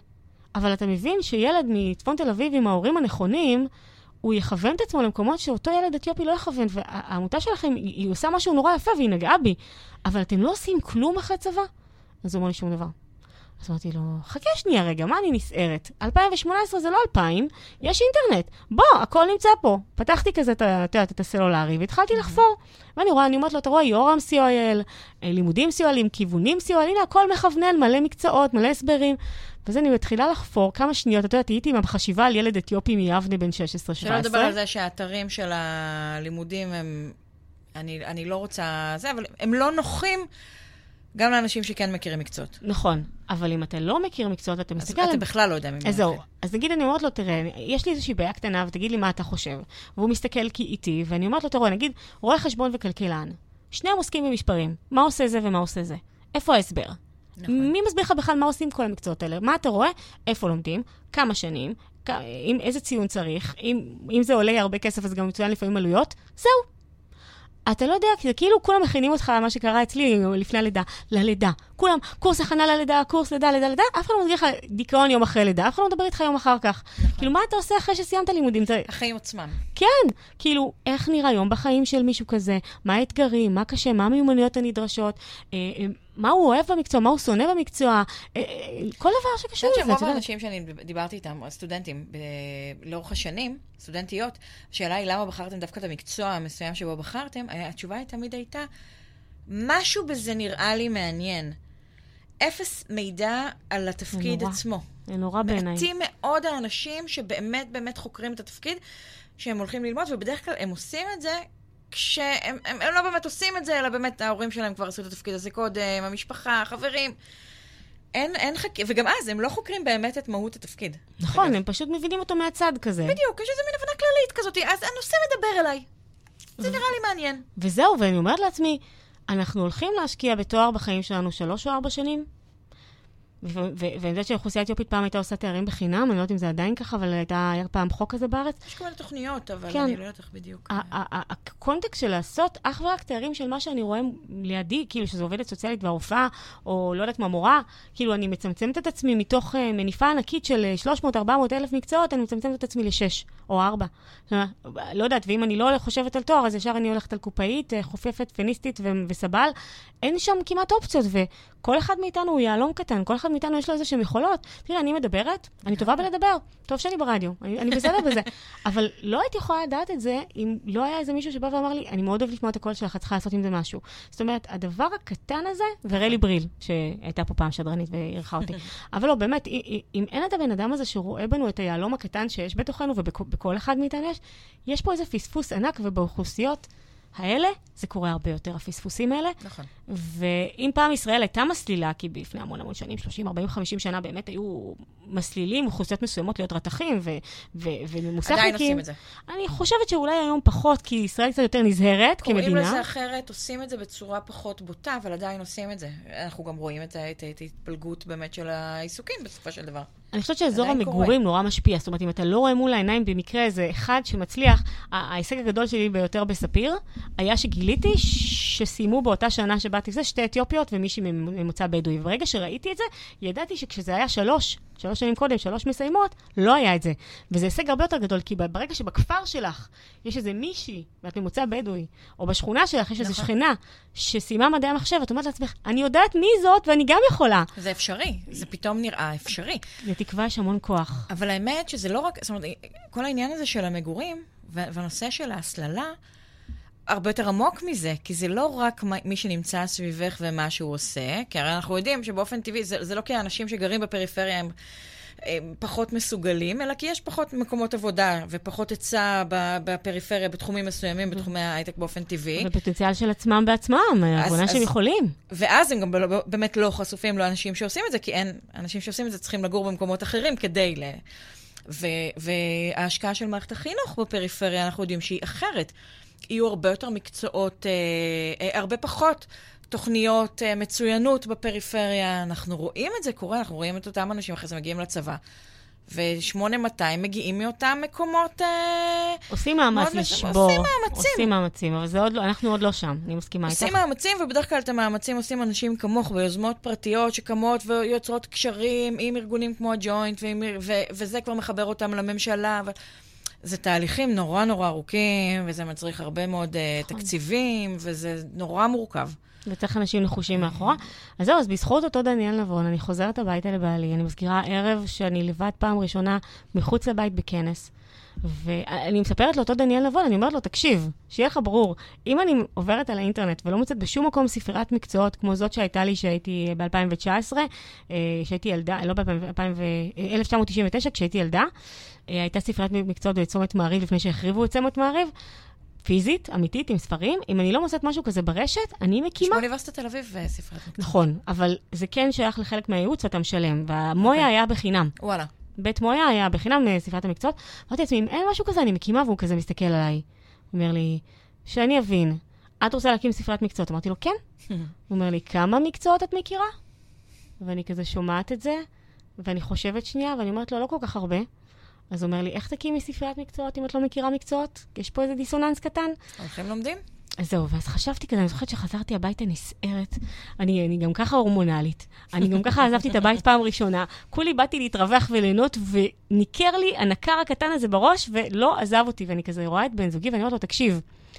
אבל אתה מבין שילד מצפון תל אביב עם ההורים הנכונים, הוא יכוון את עצמו למקומות שאותו ילד אתיופי לא יכוון, והעמותה שלכם, היא עושה משהו נורא יפה, והיא נגעה בי, אבל אתם לא עושים כלום אחרי צבא? אז הוא אומר לי שום דבר. אז אמרתי לו, חכה שנייה רגע, מה אני נסערת? 2018 זה לא 2000, יש אינטרנט. בוא, הכל נמצא פה. פתחתי כזה את הסלולרי, והתחלתי לחפור. ואני רואה, אני אומרת לו, אתה רואה, יורם COIL, לימודים COIL, כיוונים COIL, הנה, הכל מכוונן, מלא מקצועות, מלא הסברים. ואז אני מתחילה לחפור כמה שניות, אתה יודעת, הייתי עם החשיבה על ילד אתיופי מיבנה בן 16-17. שלא לדבר על זה שהאתרים של הלימודים הם, אני לא רוצה זה, אבל הם לא נוחים גם לאנשים שכן מכירים מקצועות. נכון, אבל אם אתה לא מכיר מקצועות, אתה מסתכל עליהם. אתה בכלל לא יודע ממי אחר. אז נגיד, אני אומרת לו, תראה, יש לי איזושהי בעיה קטנה, ותגיד לי מה אתה חושב. והוא מסתכל איתי, ואני אומרת לו, תראה, נגיד, רואה חשבון וכלכלן. שניהם עוסקים במספרים. מה עושה זה ומה עושה זה? איפה ההסבר? נכון. מי מסביר לך בכלל מה עושים כל המקצועות האלה? מה אתה רואה? איפה לומדים? כמה שנים? איזה ציון צריך? אם זה עולה הרבה כסף, אז גם מצוין לפעמים עלויות. זהו. אתה לא יודע, כי כאילו כולם מכינים אותך על מה שקרה אצלי לפני הלידה, ללידה. כולם, קורס הכנה ללידה, קורס לידה, אף אחד לא מדבר לך דיכאון יום אחרי לידה, אף אחד לא מדבר איתך יום אחר כך. נכון. כאילו, מה אתה עושה אחרי שסיימת לימודים? החיים עצמם. כן, כאילו, איך נראה יום בחיים של מישהו כזה? מה האתגרים? מה קשה? מה המיומנויות הנדרשות? מה הוא אוהב במקצוע? מה הוא שונא במקצוע? כל דבר שקשור לזה. רוב האנשים שאני דיברתי איתם, סטודנטים, לאורך השנים, סטודנטיות, השאלה היא למה בחרתם דווקא את המקצוע המסוים שבו בחרתם, התשובה היא תמיד הייתה, משהו בזה נראה לי מעניין. אפס מידע על התפקיד עצמו. זה נורא בעיניי. מעטים מאוד האנשים שבאמת באמת חוקרים את התפקיד, שהם הולכים ללמוד, ובדרך כלל הם עושים את זה, כשהם לא באמת עושים את זה, אלא באמת ההורים שלהם כבר עשו את התפקיד הזה קודם, המשפחה, החברים. וגם אז הם לא חוקרים באמת את מהות התפקיד. נכון, הם פשוט מבינים אותו מהצד כזה. בדיוק, יש איזו מין הבנה כללית כזאת, אז הנושא מדבר אליי. זה נראה לי מעניין. וזהו, ואני אומרת לעצמי, אנחנו הולכים להשקיע בתואר בחיים שלנו 3 או 4 שנים, ואני יודעת שהאוכלוסייה האתיופית פעם הייתה עושה תארים בחינם, אני לא יודעת אם זה עדיין ככה, אבל היה פעם חוק כזה בארץ. יש כל מיני תוכניות, אבל אני לא יודעת איך בדיוק. הקונטקסט של לעשות אך ורק תארים של מה שאני רואה לידי, כאילו שזו עובדת סוציאלית והרופאה, או לא יודעת מה מורה, כאילו אני מצמצמת את עצמי מתוך מניפה ענקית של 300-400 אלף מקצועות, אני מצמצמת את עצמי ל6 או 4. לא יודעת, ואם אני לא חושבת על תואר, אז ישר אני הולכת על קופאית, חופפת, פניסטית וסבל. אין שם כמעט אופציות, וכל אחד מאיתנו הוא יעלום קטן, כל אחד מאיתנו יש לו איזה שהם יכולות. תראה, אני מדברת, אני טובה בלדבר, טוב שאני ברדיו, אני בסדר בזה. אבל לא הייתי יכולה לדעת את זה, אם לא היה איזה מישהו שבא ואמר לי, אני מאוד אוהב לשמוע את הקול שלך, את צריכה לעשות עם זה משהו. זאת אומרת, הדבר הקטן הזה, ורלי בריל, שהייתה פה פעם שדרנית והרחה אותי. אבל לא, באמת, אם אין את הבן אדם הזה שרואה בנו את היעלום הקטן שיש בתוכנו, ובכל אחד מאיתנו יש פה איזה פספוס ענק, ובאוכלוסיות האלה, זה קורה הרבה יותר, הפספוסים האלה. נכון. ואם פעם ישראל הייתה מסלילה, כי בפני המון שנים, 30, 40, 50 שנה, באמת היו מסלילים, אוכלוסיות מסוימות להיות רתכים וממוסכניקים. עדיין עושים את זה. אני חושבת שאולי היום פחות, כי ישראל קצת יותר נזהרת כמדינה. קוראים לזה אחרת, עושים את זה בצורה פחות בוטה, אבל עדיין עושים את זה. אנחנו גם רואים את ההתפלגות באמת של העיסוקים בסופו של דבר. אני חושבת שאזור המגורים נורא משפיע. זאת אומרת, אם אתה לא רואה מול העיניים במקרה איזה אחד שמצליח, ההישג הגדול שלי ביותר בספיר, היה שגיליתי שסיימו באותה שנה שבאתי זה, 2 אתיופיות ומישהי ממוצא בדואי. וברגע שראיתי את זה, ידעתי שכשזה היה 3 שנים קודם, 3 מסיימות, לא היה את זה. וזה הישג הרבה יותר גדול, כי ברגע שבכפר שלך יש איזה מישהי, ואת ממוצא בדואי, או בשכונה שלך יש איזה שכנה, שסיימה מדעי המחשב, את אומרת לעצמך, אני יודעת מי זאת ואני גם יכולה. זה אפשרי, זה פתאום נראה אפשרי. לתקווה יש המון כוח. אבל האמת שזה לא רק, זאת אומרת, כל העניין הזה של המגורים, והנושא של ההסללה, הרבה יותר עמוק מזה, כי זה לא רק מי שנמצא סביבך ומה שהוא עושה, כי הרי אנחנו יודעים שבאופן טבעי, זה לא כי האנשים שגרים בפריפריה הם פחות מסוגלים, אלא כי יש פחות מקומות עבודה ופחות היצע בפריפריה, בתחומים מסוימים, בתחומי ההייטק באופן טבעי. בפוטנציאל של עצמם בעצמם, הבנה שהם יכולים. ואז הם גם באמת לא חשופים לאנשים שעושים את זה, כי אין, אנשים שעושים את זה צריכים לגור במקומות אחרים כדי וההשקעה של מערכת החינוך בפריפריה, אנחנו יודעים שהיא אחרת. יהיו הרבה יותר מקצועות, הרבה פחות תוכניות מצוינות בפריפריה. אנחנו רואים את זה קורה, אנחנו רואים את אותם אנשים אחרי זה מגיעים לצבא. ו8200 מגיעים מאותם מקומות... עושים מאמץ לשבור. עושים מאמצים, אבל אנחנו עוד לא שם, אני מסכימה איתך. עושים מאמצים, ובדרך כלל את המאמצים עושים אנשים כמוך, ביוזמות פרטיות שקמות ויוצרות קשרים עם ארגונים כמו הג'וינט, וזה כבר מחבר אותם לממשלה. זה תהליכים נורא נורא ארוכים, וזה מצריך הרבה מאוד תקציבים, וזה נורא מורכב. וצריך אנשים נחושים מאחורה. אז זהו, אז בזכות אותו דניאל נבון, אני חוזרת הביתה לבעלי, אני מזכירה ערב שאני לבד פעם ראשונה מחוץ לבית בכנס, ואני מספרת לאותו דניאל נבון, אני אומרת לו, תקשיב, שיהיה לך ברור, אם אני עוברת על האינטרנט ולא מוצאת בשום מקום ספריית מקצועות, כמו זאת שהייתה לי שהייתי ב-2019, שהייתי ילדה, לא ב-1999, כשהייתי ילדה, הייתה ספריית מקצועות בצומת מעריב לפני שהחריבו את צומת מעריב, פיזית, אמיתית, עם ספרים. אם אני לא מוצאת משהו כזה ברשת, אני מקימה. באוניברסיטת תל אביב ספריית מקצועות. נכון, אבל זה כן שייך לחלק מהייעוץ ואתה משלם, והמויה היה בחינם. וואלה. בית מויה היה בחינם ספריית המקצועות. אמרתי לעצמי, אם אין משהו כזה, אני מקימה, והוא כזה מסתכל עליי. הוא אומר לי, שאני אבין, את רוצה להקים ספריית מקצועות? אמרתי לו, כן. הוא אומר לי, כמה מקצועות את מכירה? ואני כזה שומעת את זה, ואני חושבת שנייה, ואני אומרת לו, לא כל כך הרבה. אז הוא אומר לי, איך תקימי ספריית מקצועות אם את לא מכירה מקצועות? יש פה איזה דיסוננס קטן. הולכים לומדים? אז זהו, ואז חשבתי כזה, אני זוכרת שחזרתי הביתה נסערת, אני גם ככה הורמונלית, אני גם ככה עזבתי את הבית פעם ראשונה, כולי באתי להתרווח וליהנות, וניקר לי הנקר הקטן הזה בראש, ולא עזב אותי, ואני כזה רואה את בן זוגי, ואני אומרת לו, תקשיב,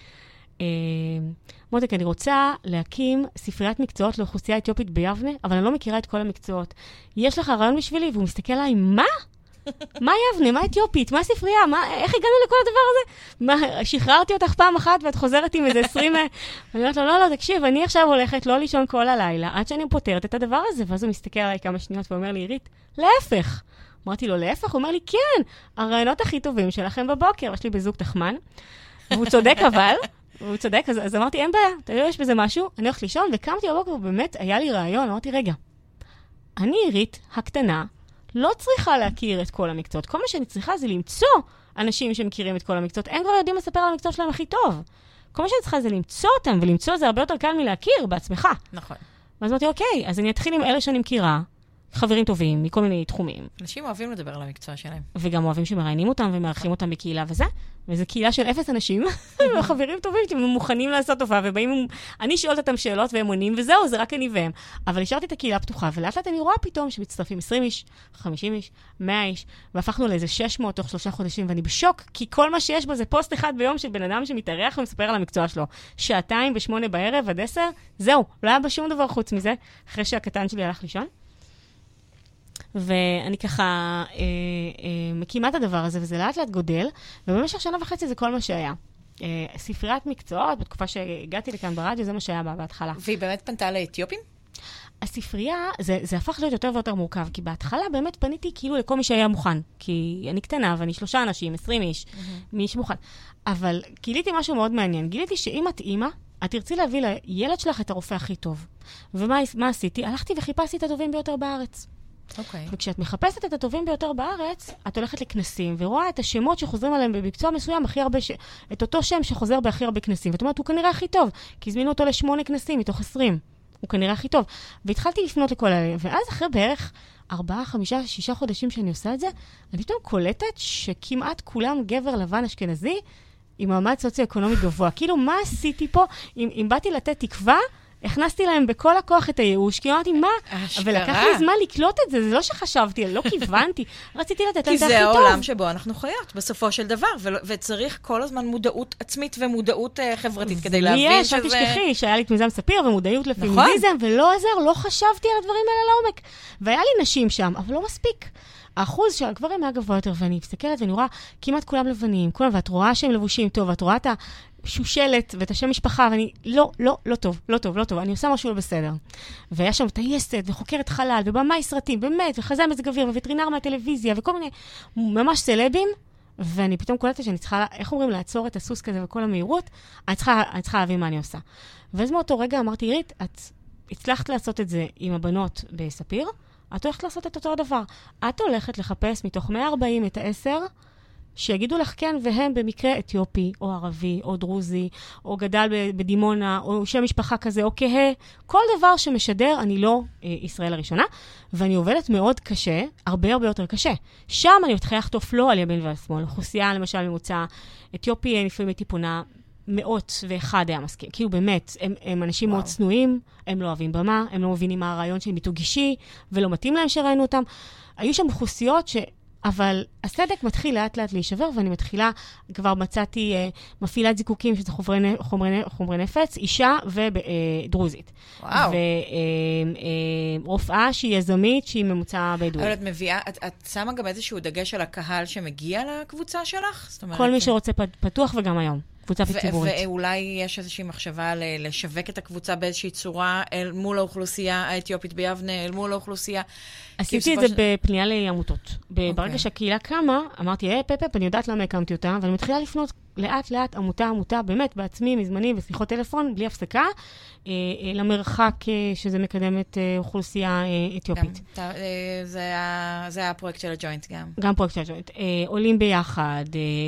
מותק, אני רוצה להקים ספריית מקצועות לאוכלוסייה אתיופית ביבנה, אבל אני לא מכירה את כל המקצועות. יש לך רעיון בשבילי? והוא מסתכל עליי, מה? מה יבנה? מה אתיופית? מה ספרייה? איך הגענו לכל הדבר הזה? שחררתי אותך פעם אחת ואת חוזרת עם איזה 20... אני אומרת לו, לא, תקשיב, אני עכשיו הולכת לא לישון כל הלילה, עד שאני פותרת את הדבר הזה. ואז הוא מסתכל עליי כמה שניות ואומר לי, עירית, להפך. אמרתי לו, להפך? הוא אומר לי, כן, הרעיונות הכי טובים שלכם בבוקר. יש לי בזוג תחמן, והוא צודק אבל, והוא צודק, אז אמרתי, אין בעיה, אתה יודע, יש בזה משהו, אני הולכת לישון, וקמתי בבוקר, ובאמת היה לי רעיון, אמרתי, רגע, אני עירית הקטנה, לא צריכה להכיר את כל המקצועות. כל מה שאני צריכה זה למצוא אנשים שמכירים את כל המקצועות. הם כבר יודעים לספר על המקצועות שלהם הכי טוב. כל מה שאני צריכה זה למצוא אותם, ולמצוא זה הרבה יותר קל מלהכיר בעצמך. נכון. ואז אמרתי, אוקיי, אז אני אתחיל עם אלה שאני מכירה, חברים טובים, מכל מיני תחומים. אנשים אוהבים לדבר על המקצוע שלהם. וגם אוהבים שמראיינים אותם ומארחים אותם בקהילה וזה. וזו קהילה של 0 אנשים, וחברים טובים שהם מוכנים לעשות תופעה, ובאים, אני שואלת אותם שאלות והם עונים, וזהו, זה רק אני והם. אבל השארתי את הקהילה פתוחה, ולאט לאט אני רואה פתאום שמצטרפים 20 איש, 50 איש, 100 איש, והפכנו לאיזה 600 תוך 3 חודשים, ואני בשוק, כי כל מה שיש בו זה פוסט אחד ביום של בן אדם שמתארח ומספר על המקצוע שלו. 2 ב8 בערב עד 10, זהו, לא היה בשום דבר חוץ מזה, אחרי שהקטן שלי הלך לישון. ואני ככה מקימה את הדבר הזה, וזה לאט לאט גודל, ובמשך 1.5 שנה זה כל מה שהיה. ספריית מקצועות, בתקופה שהגעתי לכאן ברדיו, זה מה שהיה בהתחלה. והיא באמת פנתה לאתיופים? הספרייה, זה הפך להיות יותר ויותר מורכב, כי בהתחלה באמת פניתי כאילו לכל מי שהיה מוכן, כי אני קטנה, ואני 3 אנשים, 20 איש, מי שמוכן. אבל גיליתי משהו מאוד מעניין. גיליתי שאם את אימא, את תרצי להביא לילד שלך את הרופא הכי טוב. ומה עשיתי? הלכתי וחיפשתי את הטובים ביותר בארץ. אוקיי. וכשאת מחפשת את הטובים ביותר בארץ, את הולכת לכנסים, ורואה את השמות שחוזרים עליהם במקצוע מסוים, הכי הרבה את אותו שם שחוזר בהכי הרבה כנסים. ואת אומרת, הוא כנראה הכי טוב, כי הזמינו אותו ל8 כנסים מתוך 20. הוא כנראה הכי טוב. והתחלתי לפנות לכל האלה, ואז אחרי בערך 4, 5, 6 חודשים שאני עושה את זה, אני פתאום קולטת שכמעט כולם גבר לבן אשכנזי, עם מעמד סוציו-אקונומי גבוה. כאילו, מה עשיתי פה? אם באתי לתת תקווה, הכנסתי להם בכל הכוח את הייאוש, כי אמרתי, מה? ולקח לי זמן לקלוט את זה, זה לא שחשבתי, לא כיוונתי, רציתי לתת להם את הכי טוב. כי זה העולם שבו אנחנו חיות, בסופו של דבר, וצריך כל הזמן מודעות עצמית ומודעות חברתית, כדי להבין שזה... אל תשכחי, שהיה לי את מיזם ספיר ומודעות לפמיניזם, ולא עזר, לא חשבתי על הדברים האלה לעומק. והיה לי נשים שם, אבל לא מספיק. האחוז של הגברים היה גבוה יותר, ואני מסתכלת ואני רואה כמעט כולם לבנים, כולם, ואת רואה שהם לבושים טוב, ואת רואה את השושלת ואת השם משפחה, ואני, לא טוב, אני עושה משהו לא בסדר. והיה שם טייסת וחוקרת חלל, ובמאי סרטים, באמת, וחזה מזג אוויר, ווטרינר מהטלוויזיה, וכל מיני, ממש סלבים, ואני פתאום קולטת שאני צריכה, איך אומרים, לעצור את הסוס כזה וכל המהירות, אני צריכה להבין מה אני עושה. ואז מאותו רגע אמרתי, עירית, את הצלחת לעשות את זה עם הבנות בספיר, את הולכת לעשות את אותו הדבר. את הולכת לחפש מתוך 140 את 10, שיגידו לך כן, והם במקרה אתיופי, או ערבי, או דרוזי, או גדל בדימונה, או שם משפחה כזה, או כהה. כל דבר שמשדר, אני לא ישראל הראשונה, ואני עובדת מאוד קשה, הרבה יותר קשה. שם אני מתחילה לחטוף לא על ימין ועל שמאל. אוכלוסייה, למשל, ממוצע אתיופי, לפעמים הייתי פונה 101 היה מסכים. כאילו באמת, הם אנשים מאוד צנועים, הם לא אוהבים במה, הם לא מבינים מה הרעיון של מיתוג אישי, ולא מתאים להם שראינו אותם. היו שם אוכלוסיות אבל הסדק מתחיל לאט לאט להישבר, ואני מתחילה, כבר מצאתי מפעילת זיקוקים, שזה חומרי נפץ, אישה ודרוזית. וואו. ורופאה שהיא יזמית, שהיא ממוצע בדואית. אבל את מביאה, את שמה גם איזשהו דגש על הקהל שמגיע לקבוצה שלך? זאת אומרת, כל מי שרוצה פתוח וגם היום. קבוצה ציבורית. ואולי יש איזושהי מחשבה לשווק את הקבוצה באיזושהי צורה אל מול האוכלוסייה האתיופית ביבנה, אל מול האוכלוסייה. עשיתי את זה בפנייה לעמותות. ברגע שהקהילה קמה, אמרתי, פפ, אני יודעת למה הקמתי אותה, ואני מתחילה לפנות לאט לאט, עמותה, באמת, בעצמי, מזמנים ושיחות טלפון, בלי הפסקה, למרחק שזה מקדמת אוכלוסייה אתיופית. זה היה הפרויקט של הג'וינט גם. גם פרויקט של הג'וינט. עולים ביחד,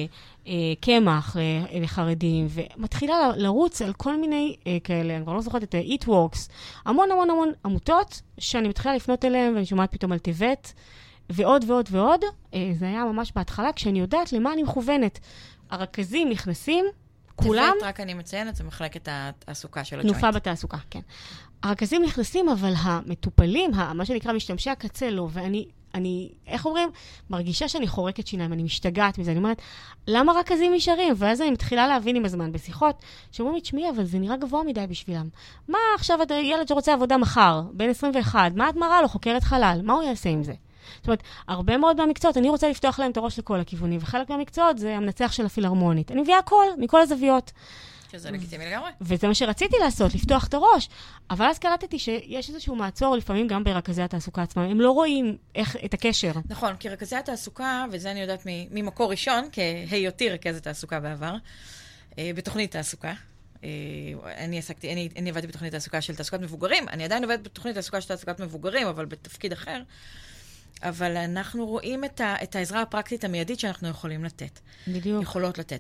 קמח לחרדים, ומתחילה לרוץ על כל מיני כאלה, אני כבר לא זוכרת את EatWorks, המון עמותות שאני מתחילה לפנות אליהם, ואני שומעת פתאום על טבט, ועוד ועוד ועוד. זה היה ממש בהתחלה, כשאני יודעת למה אני מכוונת. הרכזים נכנסים, כולם... טבט, רק אני מציינת, זה מחלקת התעסוקה של הג'וינט. תנופה בתעסוקה, כן. הרכזים נכנסים, אבל המטופלים, מה שנקרא משתמשי הקצה לא, ואני, איך אומרים, מרגישה שאני חורקת שיניים, אני משתגעת מזה, אני אומרת, למה רכזים נשארים? ואז אני מתחילה להבין עם הזמן בשיחות, שאומרים לי, תשמעי, אבל זה נראה גבוה מדי בשבילם. מה עכשיו ילד שרוצה עבודה מחר, בין 21, מה את מראה לו? חוקרת חלל, מה הוא יעשה עם זה? זאת אומרת, הרבה מאוד מהמקצועות, אני רוצה לפתוח להם את הראש לכל הכיוונים, וחלק מהמקצועות זה המנצח של הפילהרמונית. אני מביאה הכל, מכל הזוויות. שזה לגיטימי לגמרי. וזה מה שרציתי לעשות, לפתוח את הראש. אבל אז קלטתי שיש איזשהו מעצור, לפעמים גם ברכזי התעסוקה עצמם. הם לא רואים את הקשר. נכון, כי רכזי התעסוקה, וזה אני יודעת ממקור ראשון, כהיותי רכזת תעסוקה בעבר, בתוכנית תעסוקה. אני עבדתי בתוכנית תעסוקה של תעסוקת מבוגרים, אני עדיין עובדת בתוכנית תעסוקה של תעסוקת מבוגרים, אבל בתפקיד אחר. אבל אנחנו רואים את העזרה הפרקטית המיידית שאנחנו יכולים לתת. בדיוק. יכולות לתת.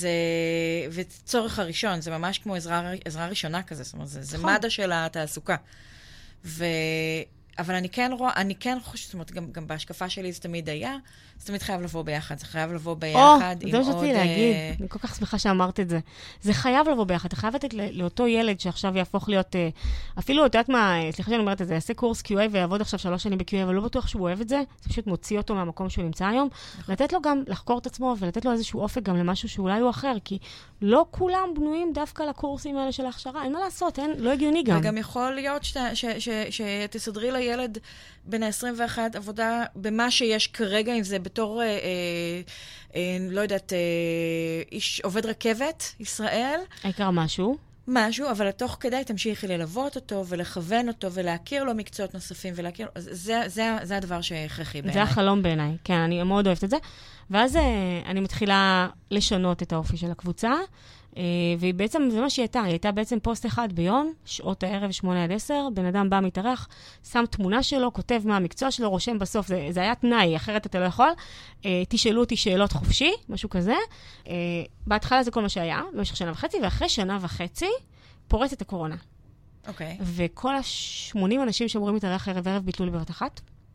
וצורך הראשון, זה ממש כמו עזרה ראשונה כזה, זאת אומרת, זה מד"א של התעסוקה. אבל אני כן חושבת, זאת אומרת, גם בהשקפה שלי זה תמיד היה, זה תמיד חייב לבוא ביחד, זה חייב לבוא ביחד עם עוד... זה שרציתי להגיד, אני כל כך שמחה שאמרת את זה. זה חייב לבוא ביחד, אתה חייב לתת לאותו ילד שעכשיו יהפוך להיות, אפילו, את יודעת מה, סליחה שאני אומרת את זה, יעשה קורס QA ויעבוד עכשיו 3 שנים ב-QA, אבל לא בטוח שהוא אוהב את זה, זה פשוט מוציא אותו מהמקום שהוא נמצא היום, לתת לו גם לחקור את עצמו ולתת לו איזשהו אופק גם למשהו שאולי הוא אחר, כי לא כולם בנויים דווקא לקורסים האלה של ההכשרה, אין מה לעשות, לא הגיוני גם. וגם יכול להיות שתסדרי לילד בין ה-21 עבודה במה שיש כרגע, אם זה בתור, לא יודעת, איש עובד רכבת, ישראל. העיקר משהו, אבל תוך כדי תמשיכי ללוות אותו ולכוון אותו ולהכיר לו מקצועות נוספים ולהכיר לו. זה הדבר שהכרחי בעיניי. זה החלום בעיניי, כן, אני מאוד אוהבת את זה. ואז אני מתחילה לשנות את האופי של הקבוצה, והיא בעצם, זה מה שהיא הייתה בעצם פוסט אחד ביום, שעות הערב 8-10, בן אדם בא מתארח, שם תמונה שלו, כותב מה המקצוע שלו, רושם בסוף, זה היה תנאי, אחרת אתה לא יכול, תשאלו אותי שאלות חופשי, משהו כזה. בהתחלה זה כל מה שהיה, במשך 1.5 שנה, ואחרי 1.5 פורצת הקורונה. אוקיי. וכל 80 אנשים שאמורים להתארח ערב ביטלו לי בבת אחת.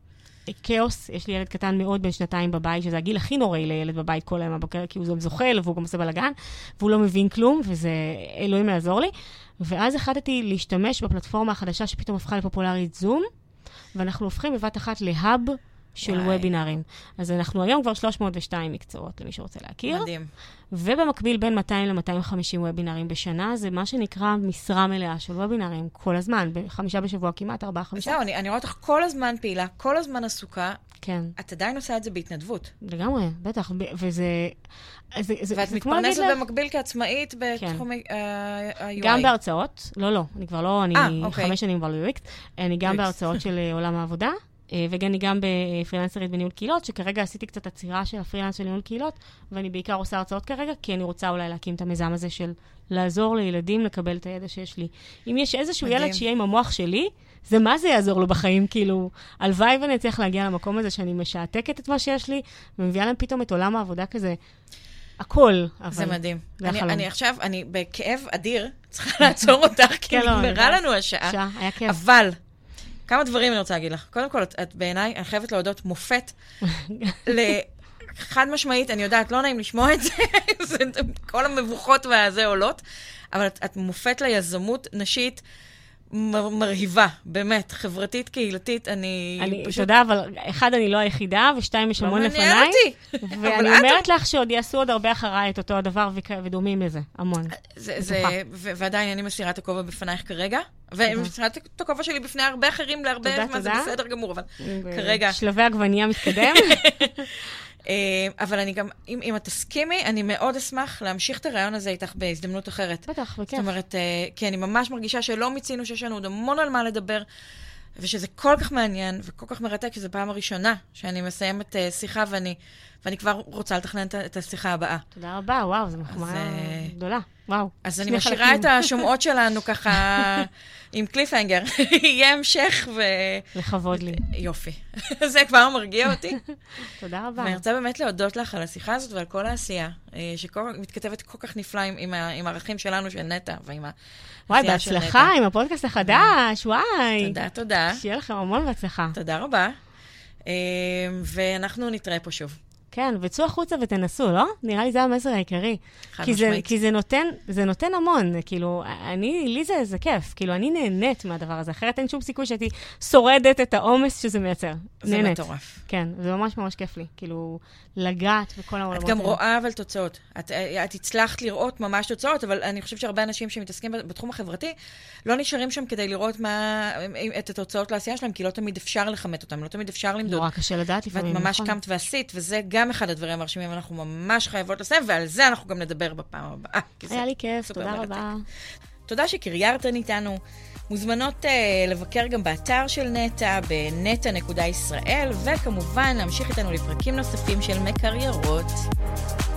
כאוס, יש לי ילד קטן מאוד בן 2 בבית, שזה הגיל הכי נוראי לילד בבית כל היום הבוקר, כי הוא גם זוחל, והוא גם עושה בלגן, והוא לא מבין כלום, וזה אלוהים יעזור לי. ואז החלטתי להשתמש בפלטפורמה החדשה שפתאום הפכה לפופולרית זום, ואנחנו הופכים בבת אחת להאב של וובינרים. אז אנחנו היום כבר 302 מקצועות, למי שרוצה להכיר. מדהים. ובמקביל בין 200 ל-250 וובינרים בשנה, זה מה שנקרא משרה מלאה של וובינרים, כל הזמן, 5 בשבוע כמעט, 4-5. זהו, אני רואה אותך כל הזמן פעילה, כל הזמן עסוקה. כן. את עדיין עושה את זה בהתנדבות. לגמרי, בטח, וזה... ואת מתפרנסת במקביל כעצמאית בתחום ה-UI. גם בהרצאות, לא, אני כבר לא, אני 5 שנים כבר ל-UX, אני גם בהרצאות של עולם העבודה, ואני גם בפרילנסרית בניהול קהילות, שכרגע עשיתי קצת עצירה של הפרילנס של ניהול קהילות, ואני בעיקר עושה הרצאות כרגע, כי אני רוצה אולי להקים את המיזם הזה של לעזור לילדים לקבל את הידע שיש לי. אם יש איזשהו ילד שיהיה עם המוח שלי, זה מה זה יעזור לו בחיים? כאילו, הלוואי ואני צריך להגיע למקום הזה שאני משעתקת את מה שיש לי, ומביאה להם פתאום את עולם העבודה כזה, הכל. זה מדהים. אני עכשיו, אני בכאב אדיר, צריכה לעצור אותך, כי נגמרה לנו השעה. היה כיף. אבל... כמה דברים אני רוצה להגיד לך. קודם כל, את בעיניי, אני חייבת להודות מופת חד משמעית, אני יודעת, לא נעים לשמוע את זה, כל המבוכות והזה עולות, אבל את מופת ליזמות נשית מרהיבה, באמת, חברתית, קהילתית, אני פשוט... תודה, אבל אחד, אני לא היחידה, ושתיים, יש המון לפניי. לא מעניין אותי. ואני אומרת לך שעוד יעשו עוד הרבה אחריי את אותו הדבר, ודומים לזה, המון. ועדיין אני מסירה את הכובע בפנייך כרגע, ואני מסירה את הכובע שלי בפני הרבה אחרים, להרבה זמן, זה בסדר גמור, אבל כרגע... שלבי עגבניה מתקדם. אבל אני גם, אם את תסכימי, אני מאוד אשמח להמשיך את הרעיון הזה איתך בהזדמנות אחרת. בטח, בכיף. זאת אומרת, כי אני ממש מרגישה שלא מיצינו, שיש לנו עוד המון על מה לדבר, ושזה כל כך מעניין וכל כך מרתק, שזו פעם הראשונה שאני מסיימת שיחה, ואני כבר רוצה לתכנן את השיחה הבאה. תודה רבה, וואו, זו מחמאה גדולה. וואו. אז אני משאירה את השומעות שלנו ככה עם קליפהנגר. יהיה המשך לכבוד לי. יופי. זה כבר מרגיע אותי. תודה רבה. ואני רוצה באמת להודות לך על השיחה הזאת ועל כל העשייה, שמתכתבת כל כך נפלא עם הערכים שלנו של נטע, ועם העשייה של נטע. וואי, בהצלחה עם הפודקאסט החדש, וואי. תודה. שיהיה לכם המון בהצלחה. תודה רבה. ואנחנו נתראה פה שוב. כן, וצאו החוצה ותנסו, לא? נראה לי זה המסר העיקרי. כי זה נותן המון, כאילו, לי זה כיף, כאילו, אני נהנית מהדבר הזה, אחרת אין שום סיכוי שהייתי שורדת את העומס שזה מייצר. זה מטורף. כן, זה ממש ממש כיף לי, כאילו, לגעת בכל העולמות. את גם רואה אבל תוצאות. את הצלחת לראות ממש תוצאות, אבל אני חושבת שהרבה אנשים שמתעסקים בתחום החברתי, לא נשארים שם כדי לראות את התוצאות לעשייה שלהם, כי לא תמיד אפשר לכמת אותם, לא תמיד אפשר למדוד. נורא קשה לדעת לפעמים, ואת ממש קמת ועשית, וזה גם אחד הדברים המרשימים, אנחנו ממש חייבות לסיים, ועל זה אנחנו גם נדבר בפעם הבאה. היה לי כיף, תודה רבה. תודה שקריירתן איתנו. מוזמנות לבקר גם באתר של נטע, בנטע.ישראל, וכמובן להמשיך איתנו לפרקים נוספים של מקריירות.